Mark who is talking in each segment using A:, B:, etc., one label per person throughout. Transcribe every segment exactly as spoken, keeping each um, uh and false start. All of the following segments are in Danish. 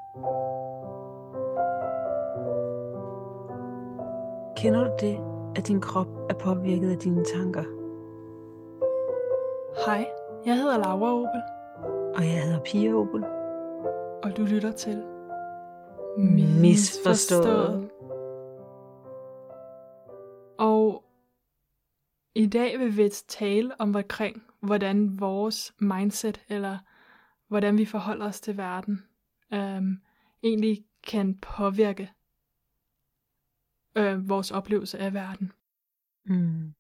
A: Kender du det, at din krop er påvirket af dine tanker?
B: Hej, jeg hedder Laura Opel,
A: Og jeg hedder Pia Opel.
B: og du lytter til
A: Misforstået.
B: Og i dag vil vi tale om omkring, hvordan vores mindset, eller hvordan vi forholder os til verden, øhm, egentlig kan påvirke øh, vores oplevelse af verden.
A: Mm.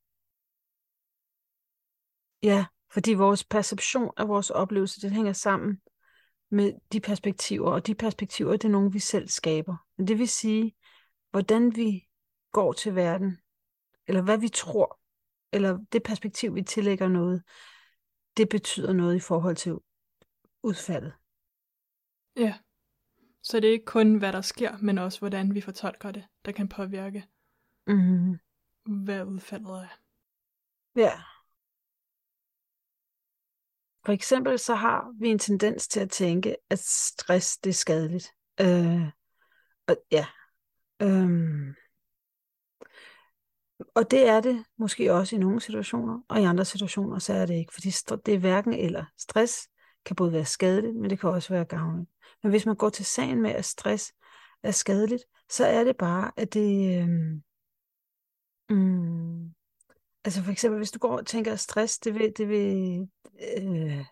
A: Ja, fordi vores perception af vores oplevelse, det hænger sammen med de perspektiver, og de perspektiver, det er nogle, vi selv skaber. Men det vil sige, hvordan vi går til verden, eller hvad vi tror, eller det perspektiv, vi tillægger noget, det betyder noget i forhold til udfaldet.
B: Ja, så det er ikke kun, hvad der sker, men også, hvordan vi fortolker det, der kan påvirke,
A: Mm.
B: hvad udfaldet er.
A: Ja. For eksempel så har vi en tendens til at tænke, at stress det er skadeligt. Øh, og ja. Øhm. Og det er det måske også i nogle situationer, og i andre situationer så er det ikke, fordi st- det er hverken eller. Stress kan både være skadeligt, men det kan også være gavnligt. Men hvis man går til sagen med, at stress er skadeligt, så er det bare, at det... Øhm, mm, altså for eksempel, hvis du går og tænker, at stress, det vil... Det vil øh,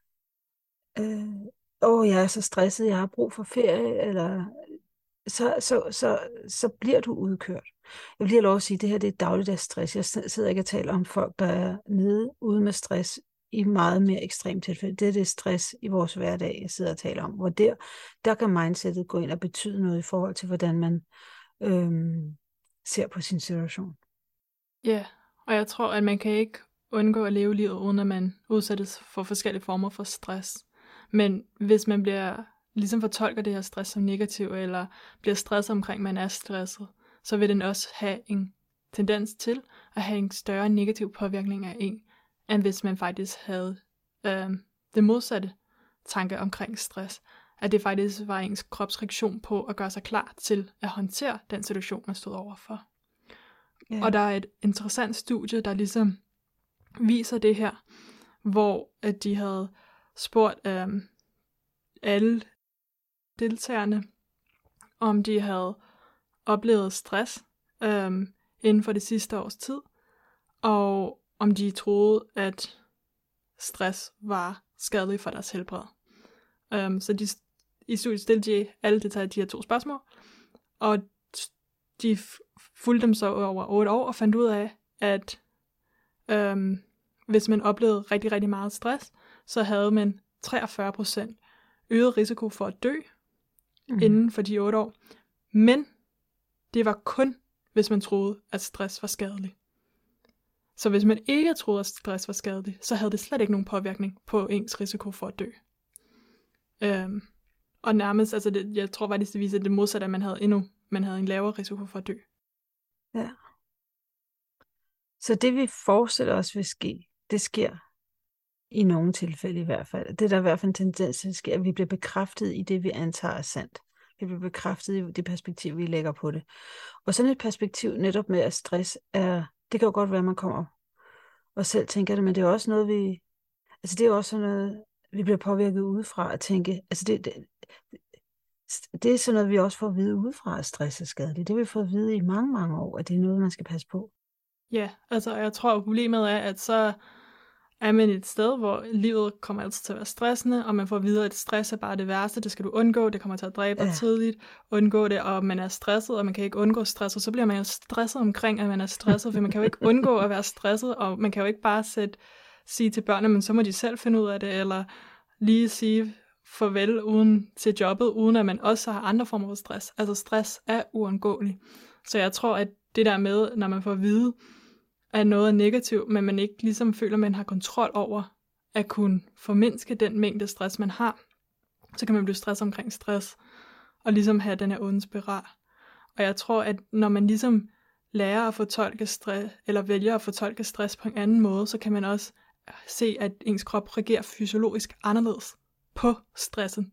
A: øh, åh, jeg er så stresset, jeg har brug for ferie, eller så, så, så, så bliver du udkørt. Jeg vil lige have lov at sige, at det her det er dagligdags stress. Jeg sidder ikke og taler om folk, der er nede ude med stress i meget mere ekstremt tilfælde. Det er det stress i vores hverdag, jeg sidder og taler om. Hvor der, der kan mindsetet gå ind og betyde noget i forhold til, hvordan man øhm, ser på sin situation.
B: Ja, og jeg tror, at man kan ikke undgå at leve livet, uden at man udsættes for forskellige former for stress. Men hvis man bliver, ligesom fortolker det her stress som negativ, eller bliver stresset omkring, man er stresset, så vil den også have en tendens til at have en større negativ påvirkning af en, end hvis man faktisk havde øh, det modsatte tanke omkring stress. At det faktisk var ens kropsreaktion på at gøre sig klar til at håndtere den situation, man stod overfor.
A: Ja.
B: Og der er et interessant studie, der ligesom viser det her, hvor at de havde spurgt øhm, alle deltagerne, om de havde oplevet stress øhm, inden for det sidste års tid, og om de troede, at stress var skadelig for deres helbred. Øhm, så de, i studiet stillede de alle deltagere de her to spørgsmål, og de fulgte dem så over otte år og fandt ud af, at øhm, hvis man oplevede rigtig, rigtig meget stress, så havde man treogfyrre procent øget risiko for at dø mm. inden for de otte år. Men det var kun, hvis man troede, at stress var skadelig. Så hvis man ikke troede, at stress var skadelig, så havde det slet ikke nogen påvirkning på ens risiko for at dø. Øhm, og nærmest, altså det, jeg tror faktisk, det viser det modsatte, at man havde endnu man havde en lavere risiko for at dø.
A: Ja. Så det vi forestiller os vil ske, det sker i nogle tilfælde i hvert fald. Det er der i hvert fald en tendens til, at ske, at vi bliver bekræftet i det, vi antager er sandt. Vi bliver bekræftet i det perspektiv, vi lægger på det. Og sådan et perspektiv netop med, at stress er, det kan jo godt være, at man kommer og selv tænker det, men det er også noget, vi, altså det er også sådan noget, vi bliver påvirket udefra at tænke, altså det, det, det er sådan noget, vi også får at vide udefra, at stress er skadeligt. Det har vi fået at vide i mange, mange år, at det er noget, man skal passe på.
B: Ja, altså jeg tror, problemet er, at så er man et sted, hvor livet kommer altid til at være stressende, og man får at vide, at stress er bare det værste, det skal du undgå, det kommer til at dræbe dig ja. tidligt, undgå det, og man er stresset, og man kan ikke undgå stress, og så bliver man jo stresset omkring, at man er stresset, for man kan jo ikke undgå at være stresset, og man kan jo ikke bare sætte, sige til børnene, men så må de selv finde ud af det, eller lige sige farvel uden til jobbet, uden at man også har andre former for stress. Altså stress er uundgåeligt. Så jeg tror, at det der med, når man får at vide, at noget er negativt, men man ikke ligesom føler, at man har kontrol over at kunne formindske den mængde stress, man har, så kan man blive stresset omkring stress, og ligesom have den her onde spiral. Og jeg tror, at når man ligesom lærer at fortolke stress, eller vælger at fortolke stress på en anden måde, så kan man også se, at ens krop reagerer fysiologisk anderledes på stressen.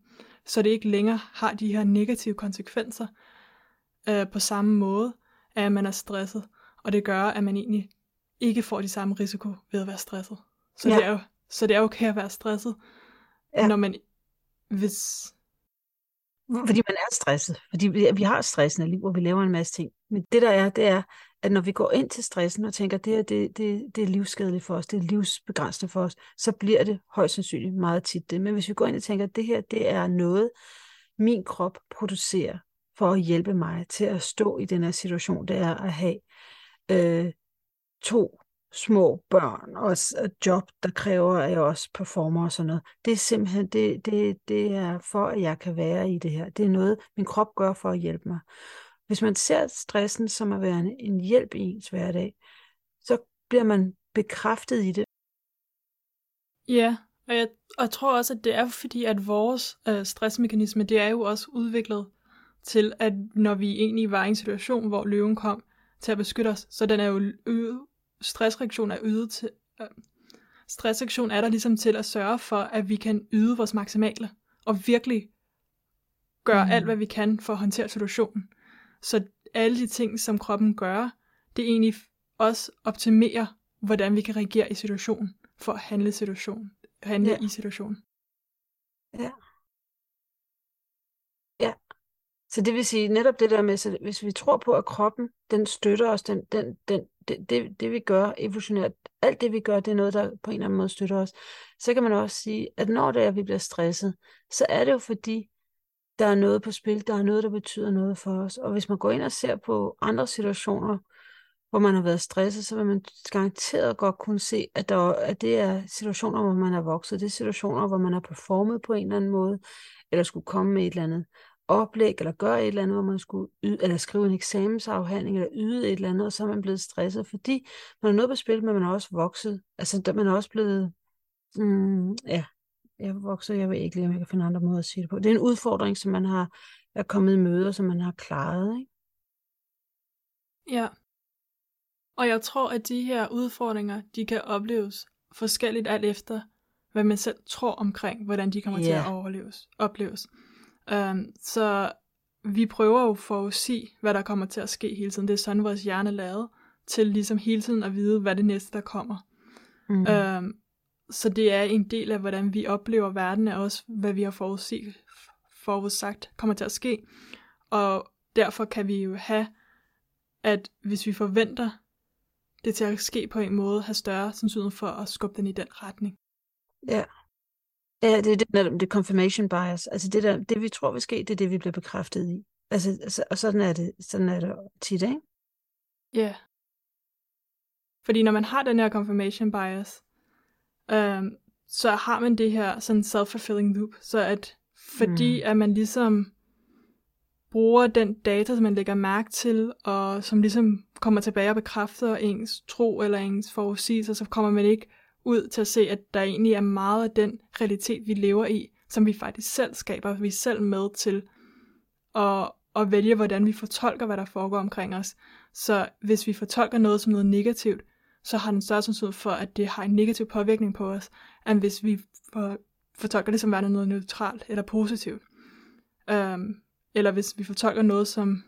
B: så det ikke længere har de her negative konsekvenser øh, på samme måde, at man er stresset, og det gør, at man egentlig ikke får de samme risiko ved at være stresset. Så,
A: Ja.
B: det, er jo, så det er okay at være stresset,
A: Ja.
B: når man, hvis...
A: Fordi man er stresset. Fordi vi, vi har stressende liv, hvor vi laver en masse ting. Men det der er, det er, at når vi går ind til stressen og tænker, det her, det, det, det er livsskadeligt for os, det er livsbegrænsende for os, så bliver det højst sandsynligt meget tit det. Men hvis vi går ind og tænker, at det her, det er noget, min krop producerer for at hjælpe mig til at stå i den her situation, det er at have øh, to små børn og et job, der kræver, at jeg også performer og sådan noget. Det er simpelthen, det, det, det er for, at jeg kan være i det her. Det er noget, min krop gør for at hjælpe mig. Hvis man ser stressen som at være en, en hjælp i ens hverdag, så bliver man bekræftet i det.
B: Ja, og jeg, og jeg tror også, at det er fordi, at vores øh, stressmekanisme, det er jo også udviklet til, at når vi egentlig var i en situation, hvor løven kom til at beskytte os, så den er jo øget, stressreaktion er ydet til, øh, stressreaktion er der ligesom til at sørge for, at vi kan yde vores maksimale, og virkelig gøre mm. alt, hvad vi kan for at håndtere situationen. Så alle de ting, som kroppen gør, det er egentlig også optimere, hvordan vi kan reagere i situationen, for at handle, situation, handle
A: Ja.
B: i situationen.
A: Ja. Ja. Så det vil sige netop det der med, så hvis vi tror på, at kroppen, den støtter os, den, den, den, det, det, det vi gør evolutionært, alt det vi gør, det er noget, der på en eller anden måde støtter os, så kan man også sige, at når det er, at vi bliver stresset, så er det jo fordi, der er noget på spil, der er noget, der betyder noget for os. Og hvis man går ind og ser på andre situationer, hvor man har været stresset, så vil man garanteret godt kunne se, at, der, at det er situationer, hvor man er vokset. Det er situationer, hvor man har performet på en eller anden måde, eller skulle komme med et eller andet oplæg, eller gøre et eller andet, hvor man skulle yde, eller skrive en eksamensafhandling, eller yde et eller andet, og så er man blevet stresset, fordi man er noget på spil, men man er også vokset. Altså, der, man er også blevet, mm, ja, jeg er vokset, jeg ved ikke lige, om jeg kan finde andre måder at sige det på. Det er en udfordring, som man har er kommet i møde, som man har klaret, ikke?
B: Ja. Og jeg tror, at de her udfordringer, de kan opleves forskelligt alt efter, hvad man selv tror omkring, hvordan de kommer yeah. til at overleves, opleves. Um, så vi prøver jo for at sige, hvad der kommer til at ske hele tiden. Det er sådan, vores hjerne er lavet, til ligesom hele tiden at vide, hvad det næste, der kommer. Mm. Um, så det er en del af, hvordan vi oplever verden, er også, hvad vi har forudsigt, forudsagt kommer til at ske. Og derfor kan vi jo have, at hvis vi forventer det til at ske på en måde, have større sandsynlighed for at skubbe den i den retning.
A: Ja. Ja, det er det, det er confirmation bias. Altså det, der, det vi tror vil ske, det er det, vi bliver bekræftet i. Altså, altså og sådan er det, sådan er det tit, ikke?
B: Ja. Yeah. Fordi når man har den her confirmation bias, øhm, så har man det her sådan self-fulfilling loop. Så at fordi mm. at man ligesom bruger den data, som man lægger mærke til, og som ligesom kommer tilbage og bekræfter ens tro eller ens forudsigelser, så kommer man ikke ud til at se, at der egentlig er meget af den realitet, vi lever i, som vi faktisk selv skaber, vi er selv med til at, at vælge, hvordan vi fortolker, hvad der foregår omkring os. Så hvis vi fortolker noget som noget negativt, så har den større sandsynlighed for, at det har en negativ påvirkning på os, end hvis vi for, fortolker det som værende noget neutralt eller positivt. Um, eller hvis vi fortolker noget som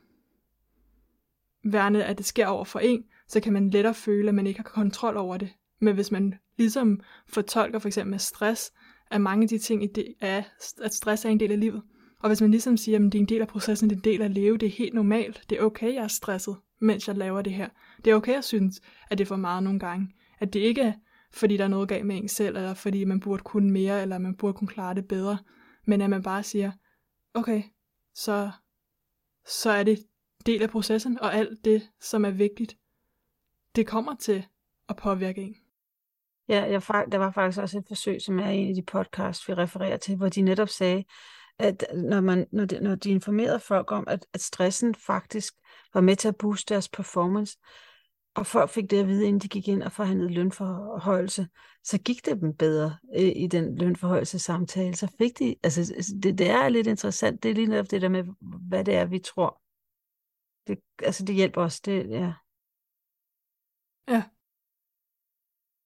B: værende, at det sker over for en, så kan man lettere føle, at man ikke har kontrol over det. Men hvis man ligesom fortolker for eksempel med stress, at mange af de ting, er, at stress er en del af livet. Og hvis man ligesom siger, at det er en del af processen, det er en del af at leve, det er helt normalt. Det er okay, jeg er stresset, mens jeg laver det her. Det er okay, jeg synes, at det er for meget nogle gange. At det ikke er, fordi der er noget galt med en selv, eller fordi man burde kunne mere, eller man burde kunne klare det bedre. Men at man bare siger, okay, så, så er det del af processen, og alt det, som er vigtigt, det kommer til at påvirke en.
A: Ja, jeg, der var faktisk også et forsøg, som er en af de podcasts, vi refererer til, hvor de netop sagde, at når, man, når, de, når de informerede folk om, at, at stressen faktisk var med til at booste deres performance, og folk fik det at vide, inden de gik ind og forhandlede lønforhøjelse, så gik det dem bedre øh, i den lønforhøjelsessamtale. Så fik de, altså det, det er lidt interessant, det er lige netop det der med, hvad det er, vi tror. Det, altså det hjælper os, det, ja.
B: Ja.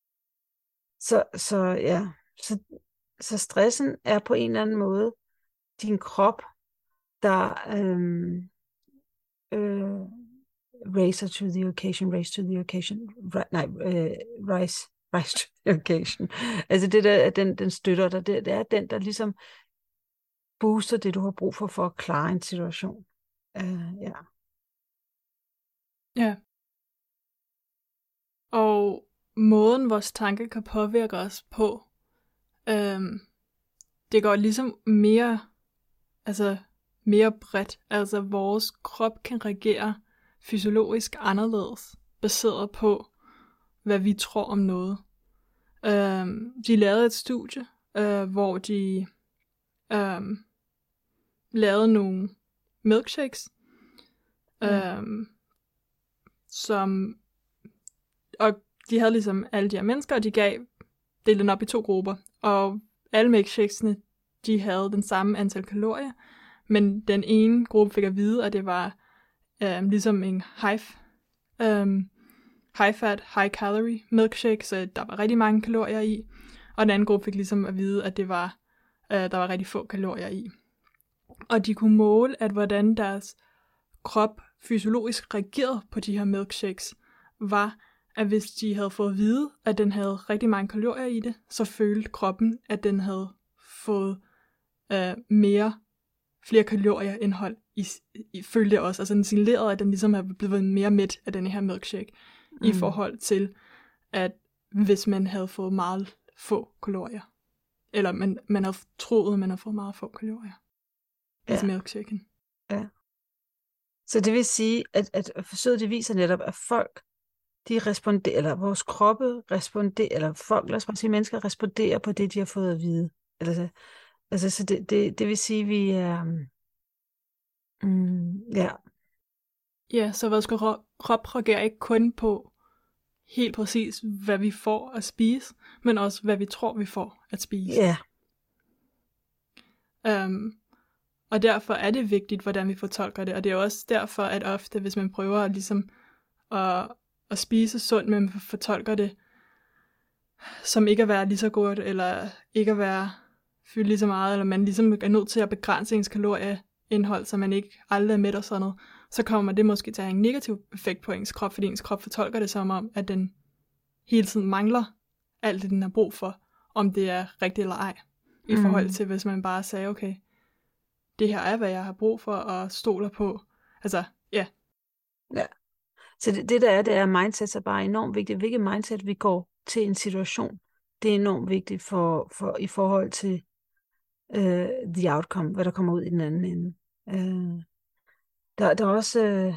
A: Så, så ja, så, så stressen er på en eller anden måde din krop, der øhm, øh, racer to the occasion, race to the occasion, ri- nej, øh, rise, rise to the occasion. Altså det der, den, den støtter dig, det, det er den, der ligesom booster det, du har brug for, for at klare en situation. Uh, ja.
B: Ja. Og måden, vores tanker kan påvirke os på, øhm, det går ligesom mere, altså mere bredt. Altså vores krop kan reagere fysiologisk anderledes, baseret på, hvad vi tror om noget. Øhm, de lavede et studie, øh, hvor de øhm, lavede nogle milkshakes,
A: Ja.
B: øhm, som, og de havde ligesom alle de her mennesker, og de gav, delte den op i to grupper, og alle milkshakesene, de havde den samme antal kalorier, men den ene gruppe fik at vide, at det var øhm, ligesom en high, øhm, high fat, high calorie milkshake, så der var rigtig mange kalorier i, og den anden gruppe fik ligesom at vide, at det var, øh, der var rigtig få kalorier i. Og de kunne måle, at hvordan deres krop fysiologisk reagerede på de her milkshakes, var, at hvis de havde fået at vide, at den havde rigtig mange kalorier i det, så følte kroppen, at den havde fået øh, mere, flere kalorier indhold i, i følte det også. Altså den signalerede, at den ligesom er blevet mere mæt af den her milkshake, mm. i forhold til, at hvis man havde fået meget få kalorier, eller man, man havde troet, at man havde fået meget få kalorier. Ja. Altså milkshaken.
A: Ja. Så det vil sige, at, at forsøget det viser netop, at folk, de responderer, eller vores kroppe responderer, eller folk, lad os bare sige, mennesker responderer på det, de har fået at vide. Altså, altså så det, det, det vil sige, at vi er, mm, ja.
B: Ja, så vores krop reagerer ikke kun på helt præcis, hvad vi får at spise, men også, hvad vi tror, vi får at spise.
A: Ja.
B: Um, og derfor er det vigtigt, hvordan vi fortolker det, og det er også derfor, at ofte, hvis man prøver at, ligesom, at, at spise sundt, men man fortolker det som ikke at være lige så godt, eller ikke at være fyldt lige så meget, eller man ligesom er nødt til at begrænse ens kalorieindhold, så man ikke aldrig er mæt og sådan noget, så kommer det måske til at have en negativ effekt på ens krop, fordi ens krop fortolker det som om, at den hele tiden mangler alt det, den har brug for, om det er rigtigt eller ej, i mm. forhold til, hvis man bare sagde, okay, det her er, hvad jeg har brug for, og stoler på. Altså, ja.
A: Ja. Så det, det der er, det er, mindset er bare enormt vigtigt. Hvilket mindset vi går til en situation, det er enormt vigtigt for, for i forhold til uh, the outcome, hvad der kommer ud i den anden ende. Uh, der, der er også uh,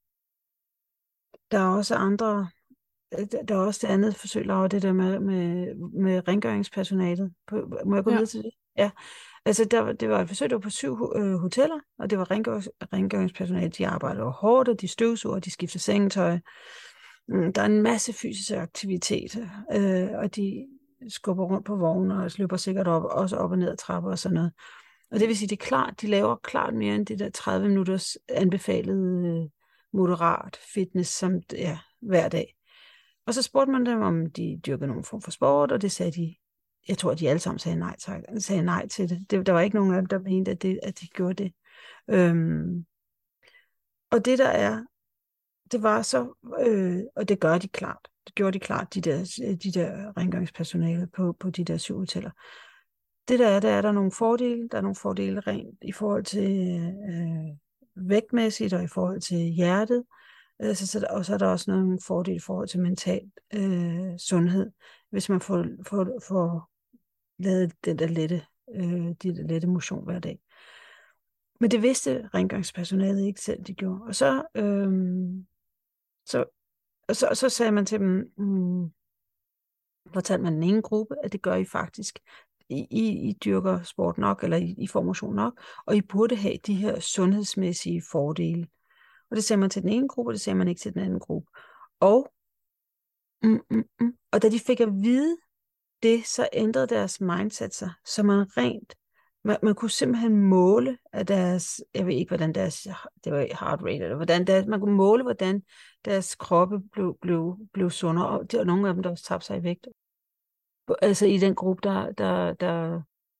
A: der er også andre, der, der er også det andet forsøg, Laura, det der med, med, med rengøringspersonalet. Må jeg gå ja. videre til det? Ja. Altså, der, det var et forsøg, der var på syv øh, hoteller, og det var rengørings, rengøringspersonale, de arbejdede hårdt, og de støvsuger, de skifter sengetøj. Mm, der er en masse fysisk aktivitet, øh, og de skubber rundt på vogne, og løber sikkert op, også op og ned ad trapper og sådan noget. Og det vil sige, det er klart, de laver klart mere end det der tredive minutters anbefalede moderat fitness, som ja, hver dag. Og så spurgte man dem, om de dyrkede nogen form for sport, og det sagde de. Jeg tror, at de alle sammen sagde nej, tak, sagde nej til det. det. Der var ikke nogen af dem, der mente, at, det, at de gjorde det. Øhm, og det der er, det var så, øh, og det gør de klart. Det gjorde de klart, de der, de der rengøringspersonale på, på de der syv hoteller. Det der er, der er der nogle fordele. Der er nogle fordele rent i forhold til øh, vægtmæssigt og i forhold til hjertet. Altså, så, og så er der også nogle fordele i forhold til mental øh, sundhed, hvis man får, får, får lavet den der lette, øh, de der lette motion hver dag. Men det vidste rengøringspersonalet ikke selv, de gjorde. Og så, øh, så, og så, så sagde man til dem, mm, fortalte man den ene gruppe, at det gør I faktisk. I, I, I dyrker sport nok, eller I, I får motion nok, og I burde have de her sundhedsmæssige fordele. Og det sagde man til den ene gruppe, og det sagde man ikke til den anden gruppe. Og, mm, mm, mm, og da de fik at vide det, så ændrede deres mindset sig, så man rent, man, man kunne simpelthen måle af deres, jeg ved ikke, hvordan deres, det var heart rate, eller hvordan deres, man kunne måle, hvordan deres kroppe blev, blev, blev sundere, og der var nogle af dem, der også tabte sig i vægt. Altså i den gruppe, der, der, der,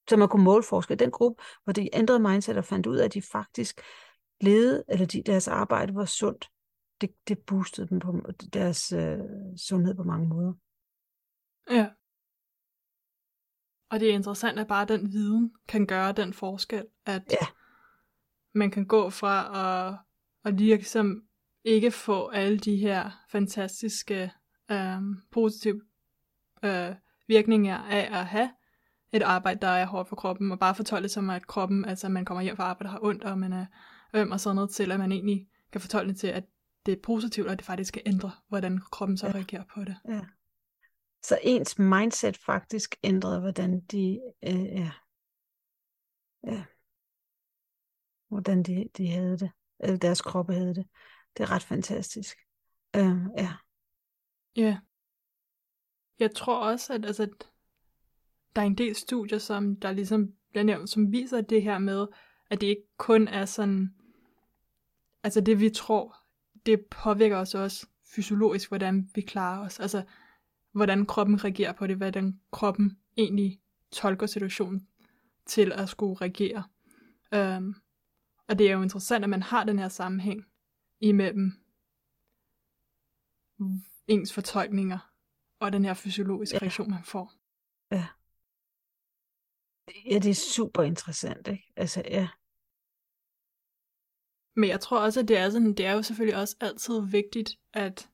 A: Så man kunne måle forskel. Den gruppe, hvor de ændrede mindset og fandt ud af, at de faktisk levede, eller de, deres arbejde var sundt, det, det boostede dem på deres øh, sundhed på mange måder.
B: Ja. Og det er interessant, at bare den viden kan gøre den forskel, at
A: Ja.
B: man kan gå fra at, at ligesom ikke få alle de her fantastiske øh, positive øh, virkninger af at have et arbejde, der er hårdt for kroppen, og bare fortolke som, at kroppen, altså man kommer hjem fra arbejde og har ondt, og man er øm og sådan noget, til at man egentlig kan fortolke det til, at det er positivt, og at det faktisk skal ændre, hvordan kroppen så
A: Ja.
B: reagerer på det.
A: Ja. Så ens mindset faktisk ændrede, hvordan de, øh, ja. Ja. hvordan de, de havde det, eller deres kroppe havde det. Det er ret fantastisk. Øh, ja.
B: Ja. Jeg tror også, at altså, der er en del studier, som der ligesom bliver nævnt, som viser det her med, at det ikke kun er sådan, altså det vi tror, det påvirker os også fysiologisk, hvordan vi klarer os. Altså, hvordan kroppen reagerer på det, hvordan kroppen egentlig tolker situationen til at skulle reagere. Um, og det er jo interessant, at man har den her sammenhæng imellem ens fortolkninger og den her fysiologiske
A: Ja.
B: reaktion, man får.
A: Ja. Ja, det er super interessant, ikke? Altså, ja.
B: Men jeg tror også, at det er sådan, det er jo selvfølgelig også altid vigtigt, at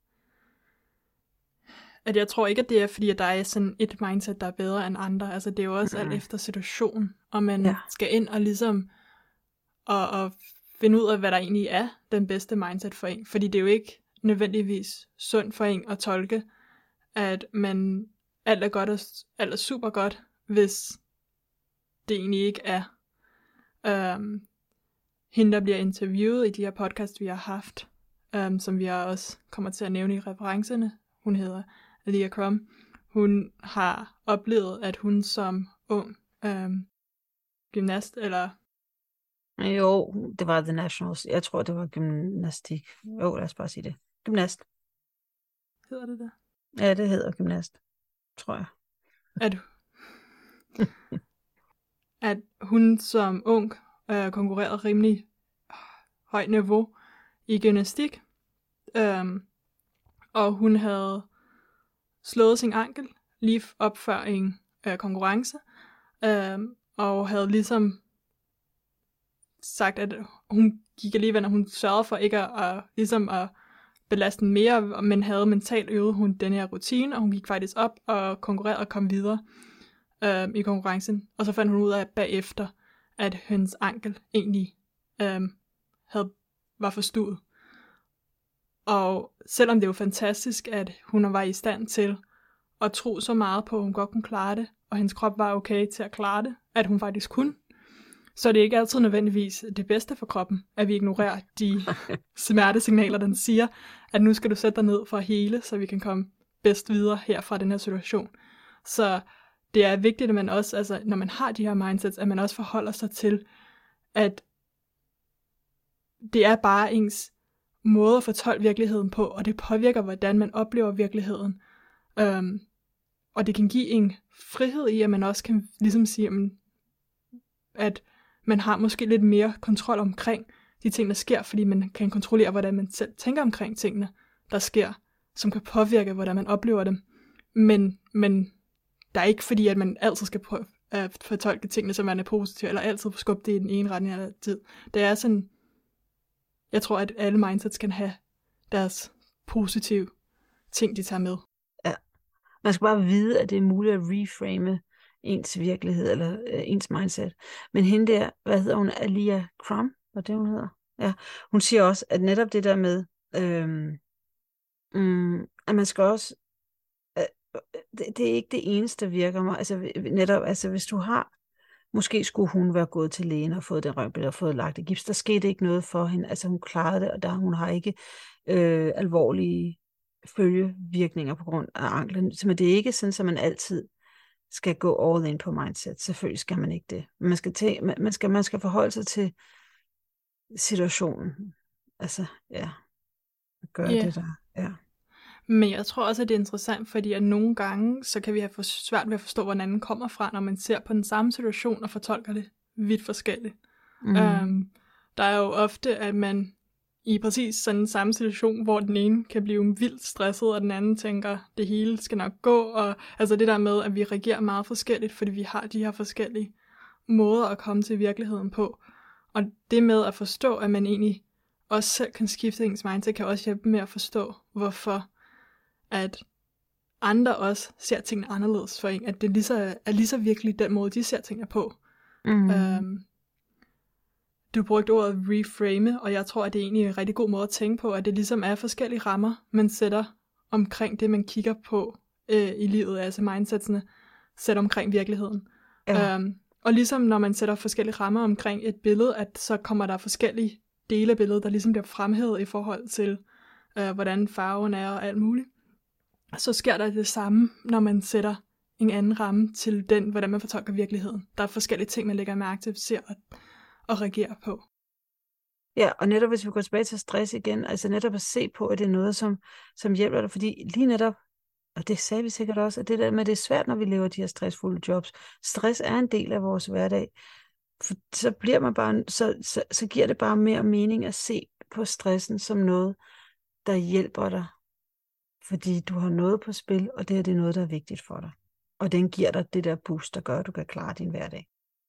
B: at jeg tror ikke, at det er, fordi at der er sådan et mindset, der er bedre end andre. Altså, det er jo også
A: Mm.
B: alt efter situation, og man
A: Ja.
B: skal ind og ligesom og, og finde ud af, hvad der egentlig er den bedste mindset for en. Fordi det er jo ikke nødvendigvis sundt for en at tolke, at man alt er godt og alt er super godt, hvis det egentlig ikke er. Um, hende, der bliver interviewet i de her podcast, vi har haft, um, som vi også kommer til at nævne i referencerne, hun hedder Alia Crum. Hun har oplevet, at hun som ung um, gymnast, eller
A: Jo, det var The Nationals. Jeg tror, det var gymnastik. Jo, lad os bare sige det. Gymnast.
B: hedder det der?
A: Ja, det hedder gymnast, tror jeg.
B: At, at hun som ung øh, konkurrerede rimelig højt niveau i gymnastik, øhm, og hun havde slået sin ankel lige op før en øh, konkurrence, øhm, og havde ligesom sagt, at hun gik alligevel, og hun sørgede for ikke at, at, ligesom at belaste den mere, men havde mentalt øvet hun den her rutine, og hun gik faktisk op og konkurrerede og kom videre øh, i konkurrencen. Og så fandt hun ud af bagefter, at hendes ankel egentlig øh, havde, var forstuet. Og selvom det var fantastisk, at hun var i stand til at tro så meget på, at hun godt kunne klare det, og hendes krop var okay til at klare det, at hun faktisk kunne, så det er ikke altid nødvendigvis det bedste for kroppen, at vi ignorerer de smertesignaler, den siger, at nu skal du sætte dig ned for at hele, så vi kan komme bedst videre her fra den her situation. Så det er vigtigt, at man også, altså, når man har de her mindsets, at man også forholder sig til, at det er bare ens måde at fortolke virkeligheden på, og det påvirker, hvordan man oplever virkeligheden. Um, og det kan give en frihed i, at man også kan ligesom sige, at man har måske lidt mere kontrol omkring de ting, der sker, fordi man kan kontrollere, hvordan man selv tænker omkring tingene, der sker, som kan påvirke, hvordan man oplever dem. Men, men der er ikke fordi, at man altid skal prøve at fortolke tingene, som man er positiv, eller altid skubbe det i den ene retning eller tid. Det er sådan, jeg tror, at alle mindsets kan have deres positive ting, de tager med.
A: Ja. Man skal bare vide, at det er muligt at reframe ens virkelighed, eller øh, ens mindset. Men hende der, hvad hedder hun, Alia Crum, hvad det hun hedder? Ja, hun siger også, at netop det der med, øhm, mm, at man skal også, øh, det, det er ikke det eneste, der virker mig. Altså netop, altså hvis du har, måske skulle hun være gået til lægen og fået det røntgen og fået lagt i gips, der skete ikke noget for hende. Altså hun klarede det, og der, hun har ikke øh, alvorlige følgevirkninger på grund af anklen. Så men det er ikke sådan, at man altid skal gå all in på mindset. Selvfølgelig skal man ikke det. Man skal, tæ- man skal, man skal forholde sig til situationen. Altså, ja. Gøre
B: Yeah.
A: det der. Ja.
B: Men jeg tror også, at det er interessant, fordi at nogle gange, så kan vi have for svært ved at forstå, hvor den anden kommer fra, når man ser på den samme situation og fortolker det vidt forskelligt. Mm. Um, der er jo ofte, at man i præcis sådan en samme situation, hvor den ene kan blive vildt stresset, og den anden tænker, det hele skal nok gå, og altså det der med, at vi reagerer meget forskelligt, fordi vi har de her forskellige måder at komme til virkeligheden på. Og det med at forstå, at man egentlig også selv kan skifte ens mindset, kan også hjælpe med at forstå, hvorfor at andre også ser tingene anderledes for en, at det lige så, er lige så virkelig den måde, de ser tingene på. Mm. Um, du brugte ordet reframe, og jeg tror, at det er egentlig en rigtig god måde at tænke på, at det ligesom er forskellige rammer, man sætter omkring det, man kigger på øh, i livet, altså mindsetsene, sætter omkring virkeligheden. Ja. Um, og ligesom når man sætter forskellige rammer omkring et billede, at så kommer der forskellige dele af billedet, der ligesom bliver fremhævet i forhold til, øh, hvordan farven er og alt muligt. Så sker der det samme, når man sætter en anden ramme til den, hvordan man fortolker virkeligheden. Der er forskellige ting, man lægger mærke til, ser og, og reagerer på.
A: Ja, og netop hvis vi går tilbage til stress igen, altså netop at se på, at det er noget, som, som hjælper dig, fordi lige netop, og det sagde vi sikkert også, at det der med, at det er svært, når vi lever de her stressfulde jobs. Stress er en del af vores hverdag. For så bliver man bare, så, så, så giver det bare mere mening at se på stressen som noget, der hjælper dig. Fordi du har noget på spil, og det her det er noget, der er vigtigt for dig. Og den giver dig det der boost, der gør, at du kan klare din hverdag.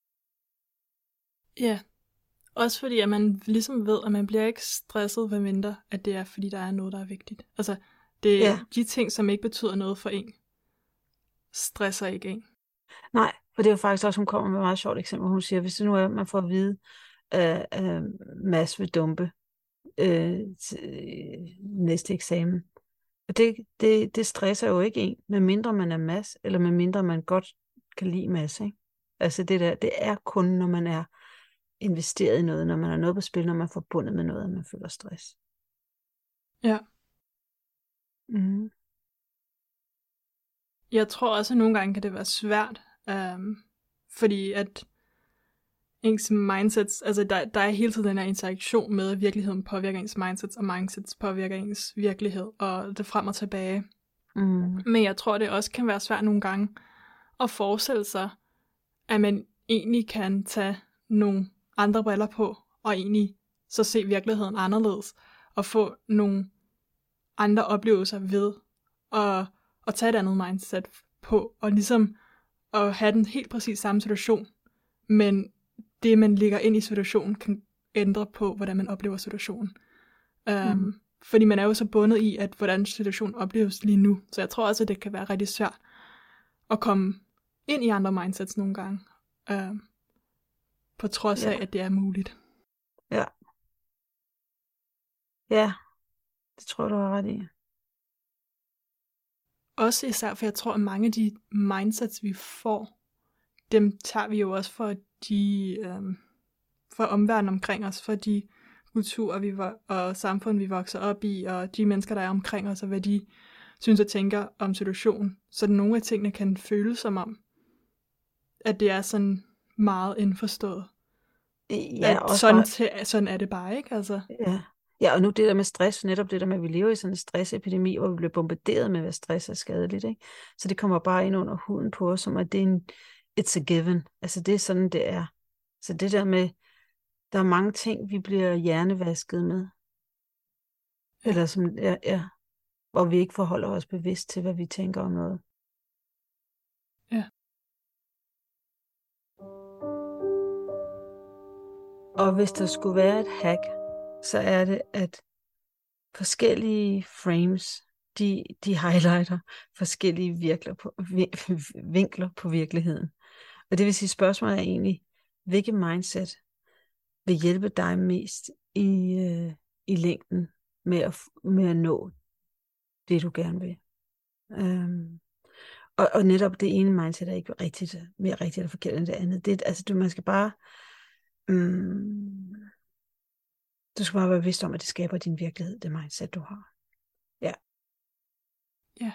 B: Ja, også fordi at man ligesom ved, at man bliver ikke stresset, hvad mindre, at det er, fordi der er noget, der er vigtigt. Altså, det er ja. De ting, som ikke betyder noget for en, stresser ikke en.
A: Nej, for det er jo faktisk også, hun kommer med et meget sjovt eksempel. Hun siger, hvis det nu er, at man får at vide, at uh, uh, Mads vil dumpe uh, til, uh, næste eksamen. Og det, det, det stresser jo ikke en, medmindre man er Mads, eller medmindre man godt kan lide Mads, ikke? Altså det der, det er kun, når man er investeret i noget, når man har noget på spil, når man er forbundet med noget, at man føler stress.
B: Ja.
A: Mm.
B: Jeg tror også, at nogle gange kan det være svært, um, fordi at ens mindsets, altså der, der er hele tiden den her interaktion med, at virkeligheden påvirker ens mindsets, og mindsets påvirker ens virkelighed, og det frem og tilbage. Mm. Men jeg tror, det også kan være svært nogle gange at forestille sig, at man egentlig kan tage nogle andre briller på, og egentlig så se virkeligheden anderledes, og få nogle andre oplevelser ved at, at tage et andet mindset på, og ligesom at have den helt præcis samme situation, men det, man lægger ind i situationen, kan ændre på, hvordan man oplever situationen. Um, mm. Fordi man er jo så bundet i, at hvordan situationen opleves lige nu. Så jeg tror også, at det kan være rigtig svært at komme ind i andre mindsets nogle gange. Um, på trods ja. af, at det er muligt.
A: Ja. Ja, det tror jeg, du har ret i.
B: Også især, for jeg tror, at mange af de mindsets, vi får, dem tager vi jo også for de, øhm, for omverdenen omkring os, for de kulturer vi var, og samfund, vi vokser op i, og de mennesker, der er omkring os, og hvad de synes og tænker om situationen. Så nogle af tingene kan føles som om, at det er sådan meget indforstået.
A: Ja,
B: at sådan, bare... til, sådan er det bare, ikke? Altså.
A: Ja. Ja, og nu det der med stress, netop det der med, at vi lever i sådan en stressepidemi, hvor vi bliver bombarderet med, hvad stress er skadeligt, ikke? Så det kommer bare ind under huden på os, som at det er en, it's a given. Altså det er sådan, det er. Så det der med, der er mange ting, vi bliver hjernevasket med. Ja. Eller som, ja, ja, hvor vi ikke forholder os bevidst til, hvad vi tænker om noget.
B: Ja.
A: Og hvis der skulle være et hack, så er det, at forskellige frames, de, de highlighter forskellige virkler på, vinkler på virkeligheden. Og det vil sige, spørgsmålet er egentlig, hvilket mindset vil hjælpe dig mest i, øh, i længden med at, med at nå det, du gerne vil. Um, og, og netop det ene mindset er ikke rigtigt, mere rigtigt eller forkert end det andet. Det, altså, du, man skal bare... Um, Du skal bare være bevidst om, at det skaber din virkelighed, det mindset, du har. Ja.
B: Ja.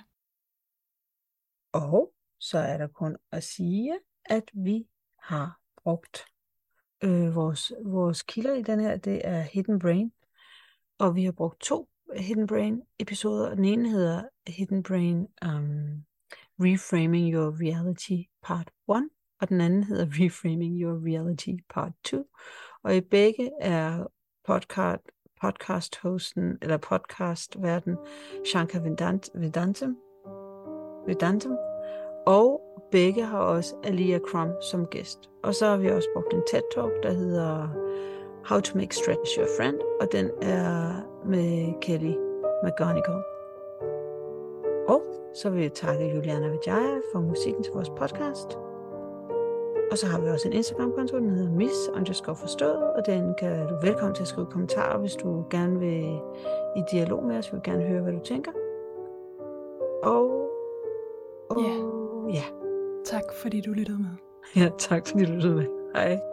A: Og så er der kun at sige, at vi har brugt øh, vores, vores kilder i den her, det er Hidden Brain, og vi har brugt to Hidden Brain episoder, og den ene hedder Hidden Brain um, Reframing Your Reality Part et, og den anden hedder Reframing Your Reality Part to. Og i begge er podcast, podcast-hosten, eller podcast-verden, Shankar Vedantam, Vedantam, og begge har også Alia Crum som gæst. Og så har vi også brugt en TED-talk, der hedder How to Make Stress Your Friend, og den er med Kelly McGonigal. Og så vil jeg takke Juliana Vijaya for musikken til vores podcast. Og så har vi også en Instagram-konto, den hedder miss underscore forstået, og den kan du velkommen til at skrive kommentarer, hvis du gerne vil i dialog med os. Vi vil gerne høre, hvad du tænker. Og, og
B: yeah.
A: ja.
B: Tak fordi du lyttede med.
A: Ja, tak fordi du lyttede med. Hej.